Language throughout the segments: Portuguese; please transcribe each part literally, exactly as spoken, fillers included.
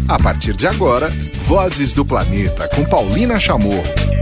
A partir de agora, Vozes do Planeta, com Paulina Chamorro.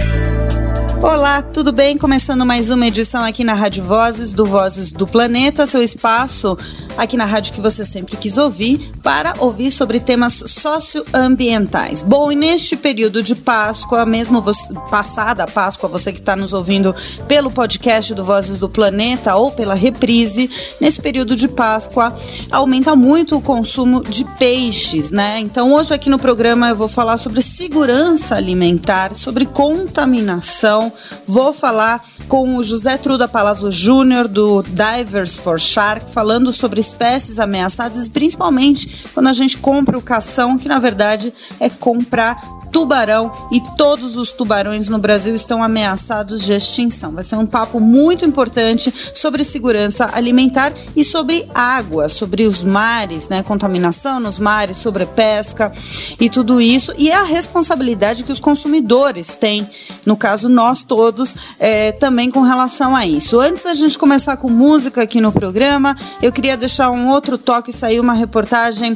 Olá, tudo bem? Começando mais uma edição aqui na Rádio Vozes, do Vozes do Planeta, seu espaço aqui na rádio que você sempre quis ouvir, para ouvir sobre temas socioambientais. Bom, e neste período de Páscoa, mesmo você, passada a Páscoa, você que está nos ouvindo pelo podcast do Vozes do Planeta ou pela reprise, nesse período de Páscoa aumenta muito o consumo de peixes, né? Então hoje aqui no programa eu vou falar sobre segurança alimentar, sobre contaminação. Vou falar com o José Truda Palazzo Júnior, do Divers for Shark, falando sobre espécies ameaçadas, principalmente quando a gente compra o cação, que na verdade é comprar tubarão, e todos os tubarões no Brasil estão ameaçados de extinção. Vai ser um papo muito importante sobre segurança alimentar e sobre água, sobre os mares, né? Contaminação nos mares, sobre pesca e tudo isso. E é a responsabilidade que os consumidores têm, no caso nós todos, é, também com relação a isso. Antes da gente começar com música aqui no programa, eu queria deixar um outro toque. Saiu uma reportagem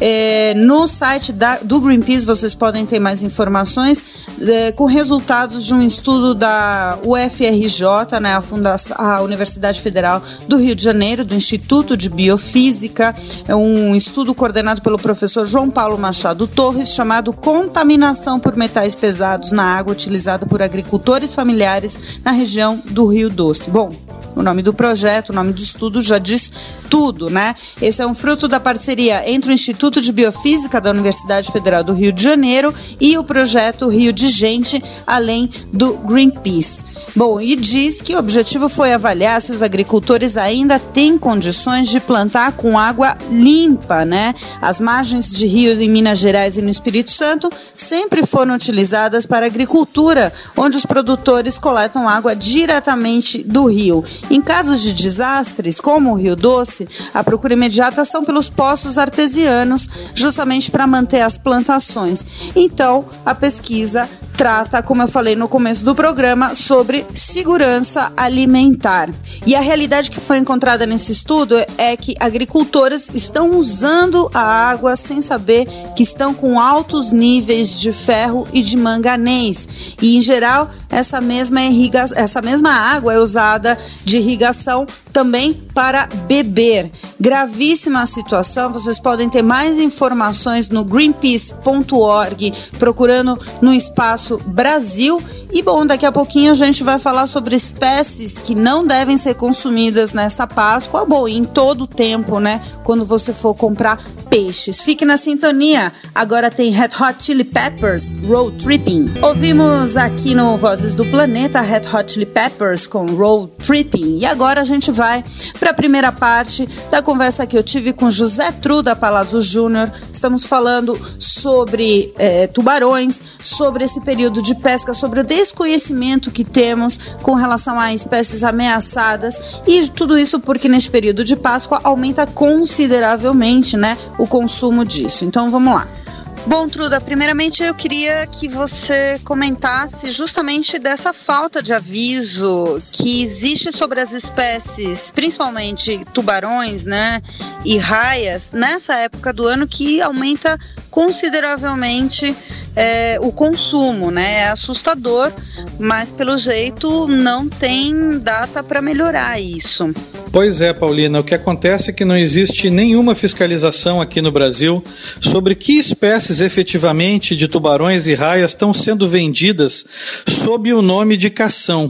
é, no site da, do Greenpeace, vocês podem ter mais informações, é, com resultados de um estudo da U F R J, né, a, Fundação, a Universidade Federal do Rio de Janeiro, do Instituto de Biofísica. É um estudo coordenado pelo professor João Paulo Machado Torres, chamado Contaminação por Metais Pesados na Água Utilizada por Agricultores Familiares na região do Rio Doce. Bom, o nome do projeto, o nome do estudo já diz tudo, né? Esse é um fruto da parceria entre o Instituto de Biofísica da Universidade Federal do Rio de Janeiro e o projeto Rio de Gente, além do Greenpeace. Bom, e diz que o objetivo foi avaliar se os agricultores ainda têm condições de plantar com água limpa, né? As margens de rios em Minas Gerais e no Espírito Santo sempre foram utilizadas para agricultura, onde os produtores coletam água diretamente do rio. Em casos de desastres, como o Rio Doce, a procura imediata são pelos poços artesianos, justamente para manter as plantações. Então, a pesquisa trata, como eu falei no começo do programa, sobre segurança alimentar. E a realidade que foi encontrada nesse estudo é que agricultores estão usando a água sem saber que estão com altos níveis de ferro e de manganês. E, em geral, essa mesma, irriga... essa mesma água é usada de irrigação também para beber. Gravíssima situação. Vocês podem ter mais informações no greenpeace ponto org, procurando no espaço Brasil. E bom, daqui a pouquinho a gente vai falar sobre espécies que não devem ser consumidas nesta Páscoa, bom, em todo o tempo, né? Quando você for comprar peixes. Fique na sintonia. Agora tem Red Hot Chili Peppers, Road Tripping. Ouvimos aqui no Vozes do Planeta Red Hot Chili Peppers com Road Tripping. E agora a gente vai para a primeira parte da conversa que eu tive com José Truda Palazzo Júnior. Estamos falando sobre é, tubarões, sobre esse período de pesca, sobre o desconhecimento que temos com relação a espécies ameaçadas, e tudo isso porque neste período de Páscoa aumenta consideravelmente, né, o consumo disso. Então vamos lá. Bom, Truda, primeiramente eu queria que você comentasse justamente dessa falta de aviso que existe sobre as espécies, principalmente tubarões, né, e raias, nessa época do ano, que aumenta consideravelmente é, o consumo, né? É assustador, mas pelo jeito não tem data para melhorar isso. Pois é, Paulina, o que acontece é que não existe nenhuma fiscalização aqui no Brasil sobre que espécies efetivamente de tubarões e raias estão sendo vendidas sob o nome de cação.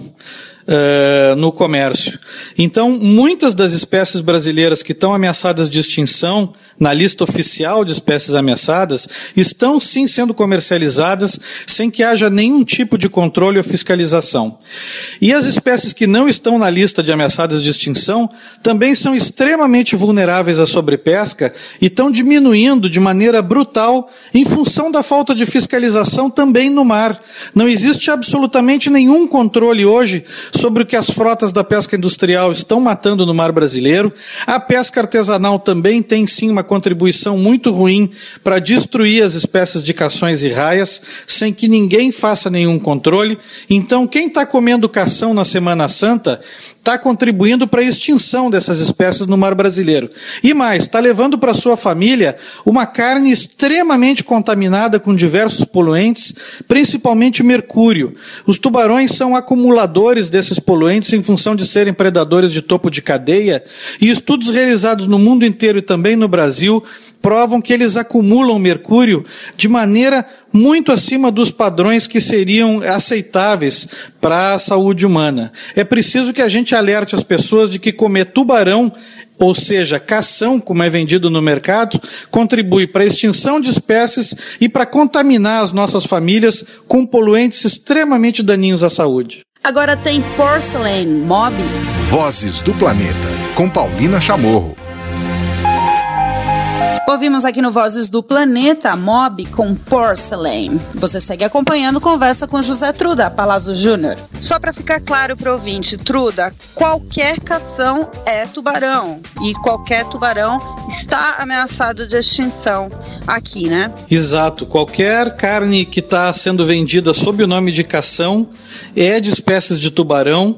Uh, no comércio. Então, muitas das espécies brasileiras que estão ameaçadas de extinção, na lista oficial de espécies ameaçadas, estão sim sendo comercializadas sem que haja nenhum tipo de controle ou fiscalização. E as espécies que não estão na lista de ameaçadas de extinção também são extremamente vulneráveis à sobrepesca e estão diminuindo de maneira brutal em função da falta de fiscalização também no mar. Não existe absolutamente nenhum controle hoje sobre o que as frotas da pesca industrial estão matando no mar brasileiro. A pesca artesanal também tem sim uma contribuição muito ruim para destruir as espécies de cações e raias, sem que ninguém faça nenhum controle. Então, quem está comendo cação na Semana Santa está contribuindo para a extinção dessas espécies no mar brasileiro. E mais, está levando para sua família uma carne extremamente contaminada com diversos poluentes, principalmente mercúrio. Os tubarões são acumuladores desses poluentes em função de serem predadores de topo de cadeia, e estudos realizados no mundo inteiro e também no Brasil provam que eles acumulam mercúrio de maneira muito acima dos padrões que seriam aceitáveis para a saúde humana. É preciso que a gente alerte as pessoas de que comer tubarão, ou seja, cação, como é vendido no mercado, contribui para a extinção de espécies e para contaminar as nossas famílias com poluentes extremamente daninhos à saúde. Agora tem Porcelain Mob. Vozes do Planeta, com Paulina Chamorro. Ouvimos aqui no Vozes do Planeta, Mob com Porcelain. Você segue acompanhando Conversa com José Truda, Palazzo Júnior. Só para ficar claro para o ouvinte, Truda, qualquer cação é tubarão. E qualquer tubarão está ameaçado de extinção aqui, né? Exato. Qualquer carne que está sendo vendida sob o nome de cação é de espécies de tubarão.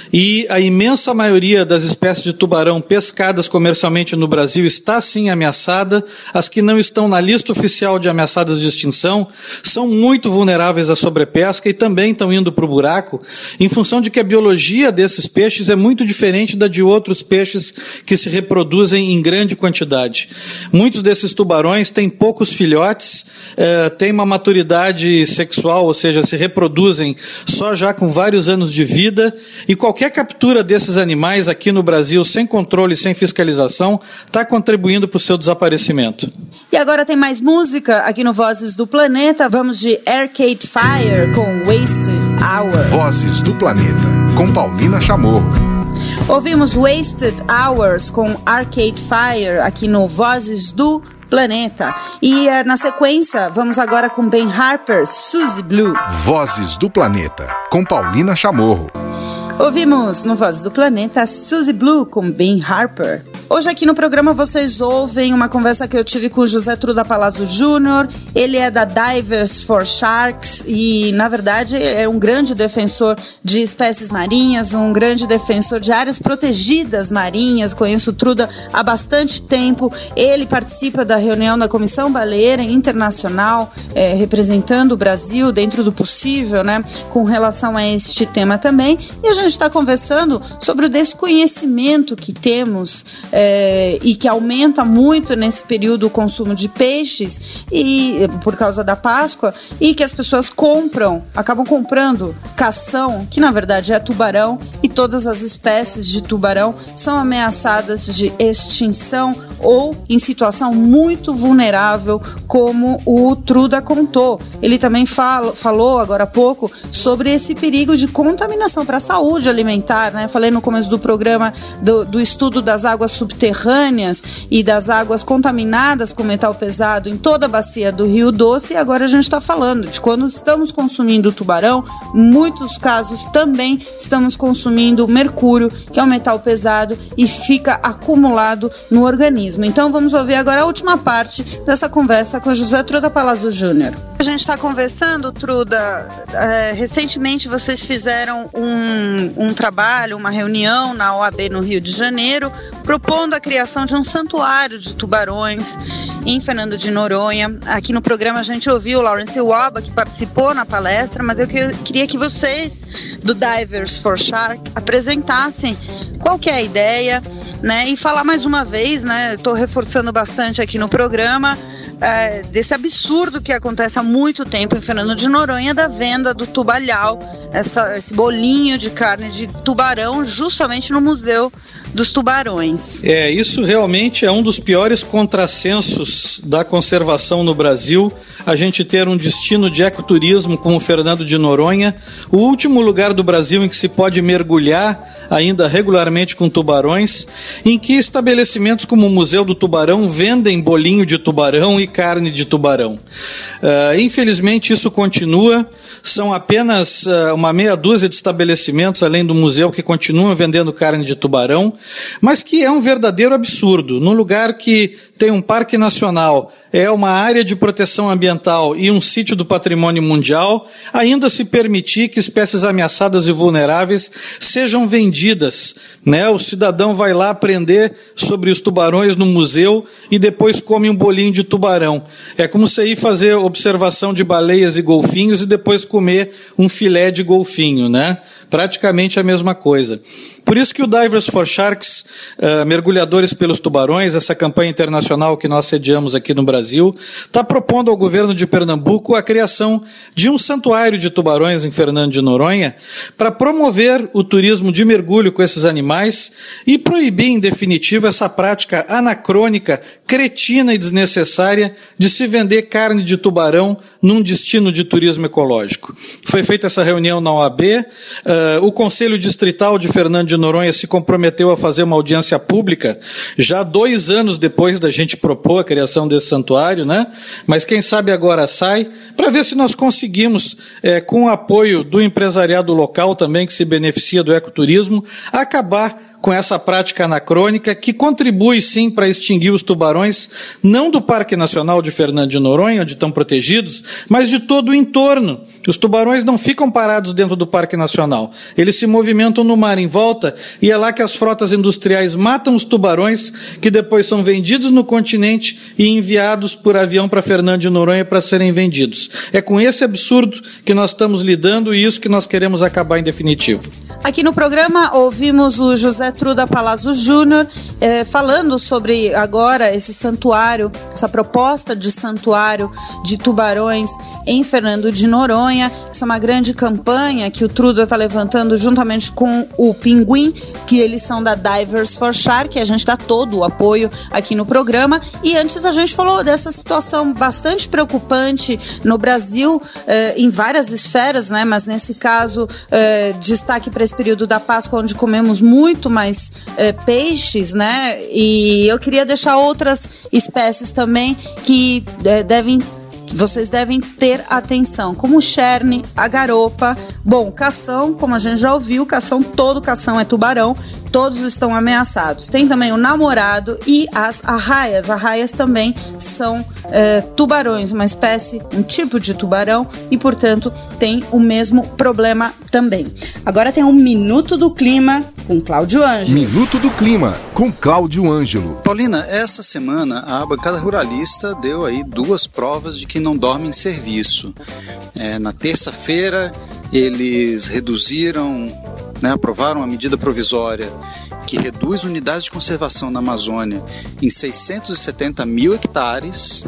E a imensa maioria das espécies de tubarão pescadas comercialmente no Brasil está sim ameaçada. As que não estão na lista oficial de ameaçadas de extinção são muito vulneráveis à sobrepesca e também estão indo para o buraco, em função de que a biologia desses peixes é muito diferente da de outros peixes que se reproduzem em grande quantidade. Muitos desses tubarões têm poucos filhotes, eh, têm uma maturidade sexual, ou seja, se reproduzem só já com vários anos de vida. E qualquer captura desses animais aqui no Brasil, sem controle, sem fiscalização, está contribuindo para o seu desaparecimento. E agora tem mais música aqui no Vozes do Planeta. Vamos de Arcade Fire com Wasted Hour. Vozes do Planeta, com Paulina Chamorro. Ouvimos Wasted Hours com Arcade Fire aqui no Vozes do Planeta. E uh, na sequência, vamos agora com Ben Harper, Suzy Blue. Vozes do Planeta, com Paulina Chamorro. Ouvimos no Vozes do Planeta Suzy Blue com Ben Harper. Hoje aqui no programa vocês ouvem uma conversa que eu tive com o José Truda Palazzo Júnior. Ele é da Divers for Sharks e, na verdade, é um grande defensor de espécies marinhas, um grande defensor de áreas protegidas marinhas. Conheço o Truda há bastante tempo. Ele participa da reunião da Comissão Baleeira Internacional, é, representando o Brasil dentro do possível, né, com relação a este tema também. E a gente está conversando sobre o desconhecimento que temos é, e que aumenta muito nesse período o consumo de peixes e, por causa da Páscoa, e que as pessoas compram, acabam comprando cação, que na verdade é tubarão, e todas as espécies de tubarão são ameaçadas de extinção ou em situação muito vulnerável, como o Truda contou. Ele também fala, falou agora há pouco sobre esse perigo de contaminação para a saúde alimentar, né? Falei no começo do programa do, do estudo das águas subterrâneas e das águas contaminadas com metal pesado em toda a bacia do Rio Doce, e agora a gente está falando de quando estamos consumindo tubarão, em muitos casos também estamos consumindo mercúrio, que é um metal pesado e fica acumulado no organismo. Então vamos ouvir agora a última parte dessa conversa com José Truda Palazzo Júnior. A gente está conversando, Truda, é, recentemente vocês fizeram um um trabalho, uma reunião na O A B no Rio de Janeiro, propondo a criação de um santuário de tubarões em Fernando de Noronha. Aqui no programa a gente ouviu o Lawrence Waba, que participou na palestra, mas eu que, queria que vocês, do Divers for Shark, apresentassem qual que é a ideia, né, e falar mais uma vez, né, estou reforçando bastante aqui no programa, É, desse absurdo que acontece há muito tempo em Fernando de Noronha, da venda do tubalhau, essa, esse bolinho de carne de tubarão, justamente no Museu dos tubarões. É, isso realmente é um dos piores contrassensos da conservação no Brasil, a gente ter um destino de ecoturismo como Fernando de Noronha, o último lugar do Brasil em que se pode mergulhar ainda regularmente com tubarões, em que estabelecimentos como o Museu do Tubarão vendem bolinho de tubarão e carne de tubarão. Uh, infelizmente isso continua, são apenas uh, uma meia dúzia de estabelecimentos, além do museu, que continuam vendendo carne de tubarão, mas que é um verdadeiro absurdo. Num lugar que tem um parque nacional, é uma área de proteção ambiental e um sítio do patrimônio mundial, ainda se permitir que espécies ameaçadas e vulneráveis sejam vendidas, né? O cidadão vai lá aprender sobre os tubarões no museu e depois come um bolinho de tubarão. É como você ir fazer observação de baleias e golfinhos e depois comer um filé de golfinho, né? Praticamente a mesma coisa. Por isso que o Divers for Sharks, uh, Mergulhadores pelos Tubarões, essa campanha internacional que nós sediamos aqui no Brasil, está propondo ao governo de Pernambuco a criação de um santuário de tubarões em Fernando de Noronha para promover o turismo de mergulho com esses animais e proibir, em definitivo, essa prática anacrônica, cretina e desnecessária de se vender carne de tubarão num destino de turismo ecológico. Foi feita essa reunião na O A B, uh, o Conselho Distrital de Fernando de Noronha se comprometeu a fazer uma audiência pública, já dois anos depois da gente propor a criação desse santuário, né? Mas quem sabe agora sai, para ver se nós conseguimos, é, com o apoio do empresariado local também, que se beneficia do ecoturismo, acabar com essa prática anacrônica que contribui sim para extinguir os tubarões, não do Parque Nacional de Fernando de Noronha, onde estão protegidos, mas de todo o entorno. Os tubarões não ficam parados dentro do Parque Nacional, eles se movimentam no mar em volta e é lá que as frotas industriais matam os tubarões, que depois são vendidos no continente e enviados por avião para Fernando de Noronha para serem vendidos. É com esse absurdo que nós estamos lidando e isso que nós queremos acabar em definitivo. Aqui no programa ouvimos o José Truda Palazzo Júnior eh, falando sobre agora esse santuário, essa proposta de santuário de tubarões em Fernando de Noronha. Essa é uma grande campanha que o Truda está levantando juntamente com o Pinguim, que eles são da Divers for Shark, e a gente dá todo o apoio aqui no programa. E antes a gente falou dessa situação bastante preocupante no Brasil, eh, em várias esferas, né? Mas nesse caso, eh, destaque para esse período da Páscoa, onde comemos muito mais é, peixes, né? E eu queria deixar outras espécies também que é, devem vocês devem ter atenção, como o cherne, a garopa, bom, cação, como a gente já ouviu, cação, todo cação é tubarão, todos estão ameaçados. Tem também o namorado e as arraias. Arraias também são é, tubarões, uma espécie, um tipo de tubarão e, portanto, tem o mesmo problema também. Agora tem um Minuto do Clima com Cláudio Ângelo. Minuto do Clima com Cláudio Ângelo. Paulina, essa semana a bancada ruralista deu aí duas provas de que não dorme em serviço. É, na terça-feira eles reduziram, né, aprovaram uma medida provisória que reduz unidades de conservação na Amazônia em seiscentos e setenta mil hectares.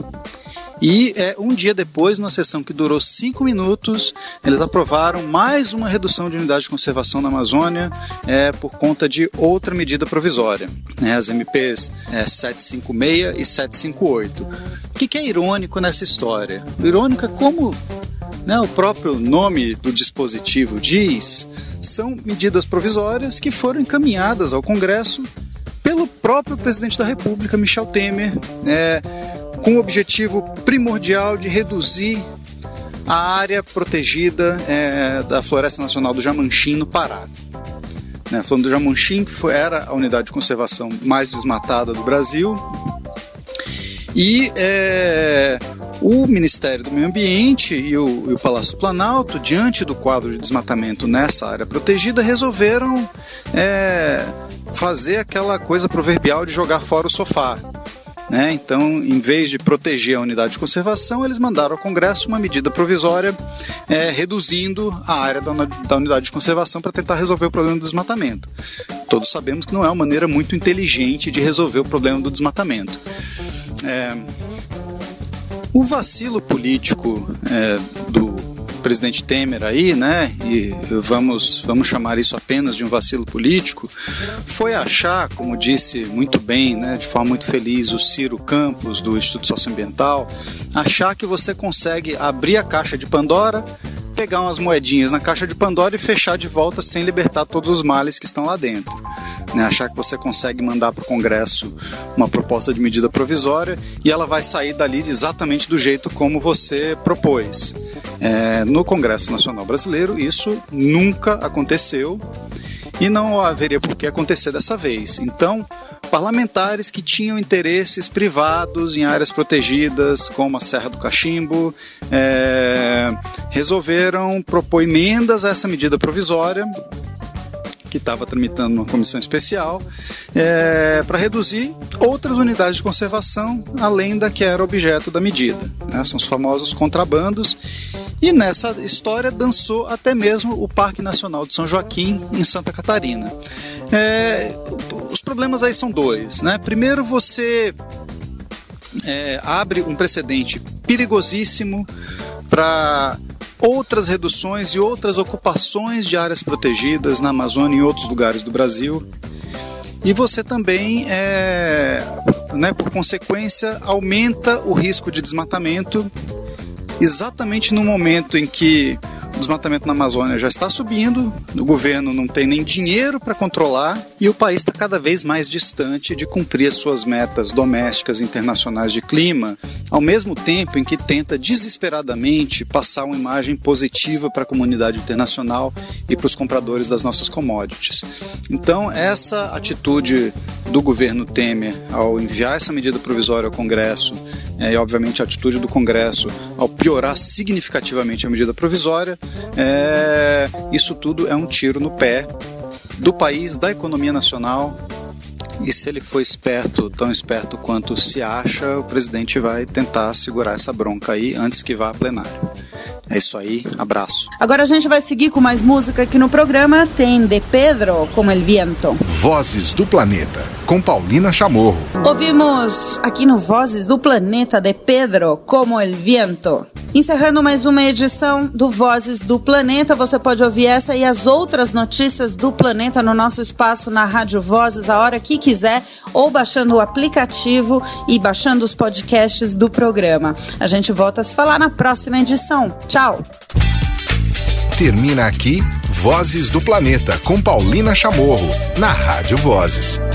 E é, um dia depois, numa sessão que durou cinco minutos, eles aprovaram mais uma redução de unidade de conservação na Amazônia é, por conta de outra medida provisória, né, as M Ps é, setecentos e cinquenta e seis e setecentos e cinquenta e oito. O que, que é irônico nessa história? O irônico é como, né, o próprio nome do dispositivo diz, são medidas provisórias que foram encaminhadas ao Congresso pelo próprio presidente da República, Michel Temer, é, com o objetivo primordial de reduzir a área protegida é, da Floresta Nacional do Jamanchim, no Pará. Né, falando do Jamanchim, que foi, era a unidade de conservação mais desmatada do Brasil, e é, o Ministério do Meio Ambiente e o, e o Palácio do Planalto, diante do quadro de desmatamento nessa área protegida, resolveram é, fazer aquela coisa proverbial de jogar fora o sofá. Né? Então, em vez de proteger a unidade de conservação, eles mandaram ao Congresso uma medida provisória é, reduzindo a área da, da unidade de conservação para tentar resolver o problema do desmatamento. Todos sabemos que não é uma maneira muito inteligente de resolver o problema do desmatamento. É, o vacilo político é, do presidente Temer aí, né, e vamos, vamos chamar isso apenas de um vacilo político, foi achar, como disse muito bem, né, de forma muito feliz, o Ciro Campos, do Instituto Socioambiental, achar que você consegue abrir a caixa de Pandora, pegar umas moedinhas na caixa de Pandora e fechar de volta sem libertar todos os males que estão lá dentro. Né? Achar que você consegue mandar para o Congresso uma proposta de medida provisória e ela vai sair dali exatamente do jeito como você propôs. É, no Congresso Nacional Brasileiro isso nunca aconteceu e não haveria por que acontecer dessa vez. Então, parlamentares que tinham interesses privados em áreas protegidas, como a Serra do Cachimbo, é, resolveram propor emendas a essa medida provisória, que estava tramitando numa comissão especial, é, para reduzir outras unidades de conservação, além da que era objeto da medida. Né? São os famosos contrabandos. E nessa história dançou até mesmo o Parque Nacional de São Joaquim, em Santa Catarina. É, os problemas aí são dois, né? Primeiro, você é, abre um precedente perigosíssimo para outras reduções e outras ocupações de áreas protegidas na Amazônia e em outros lugares do Brasil. E você também, é, né, por consequência, aumenta o risco de desmatamento exatamente no momento em que o desmatamento na Amazônia já está subindo, o governo não tem nem dinheiro para controlar e o país está cada vez mais distante de cumprir as suas metas domésticas e internacionais de clima, ao mesmo tempo em que tenta desesperadamente passar uma imagem positiva para a comunidade internacional e para os compradores das nossas commodities. Então, essa atitude do governo Temer ao enviar essa medida provisória ao Congresso é, e, obviamente, a atitude do Congresso ao piorar significativamente a medida provisória, é, isso tudo é um tiro no pé do país, da economia nacional. E se ele for esperto, tão esperto quanto se acha, o presidente vai tentar segurar essa bronca aí antes que vá a plenário. É isso aí, abraço. Agora a gente vai seguir com mais música aqui no programa. Tem De Pedro, Como el Viento. Vozes do Planeta, com Paulina Chamorro. Ouvimos aqui no Vozes do Planeta De Pedro, Como el Viento. Encerrando mais uma edição do Vozes do Planeta. Você pode ouvir essa e as outras notícias do planeta no nosso espaço na Rádio Vozes a hora que quiser, ou baixando o aplicativo e baixando os podcasts do programa. A gente volta a se falar na próxima edição. Tchau! Termina aqui Vozes do Planeta, com Paulina Chamorro, na Rádio Vozes.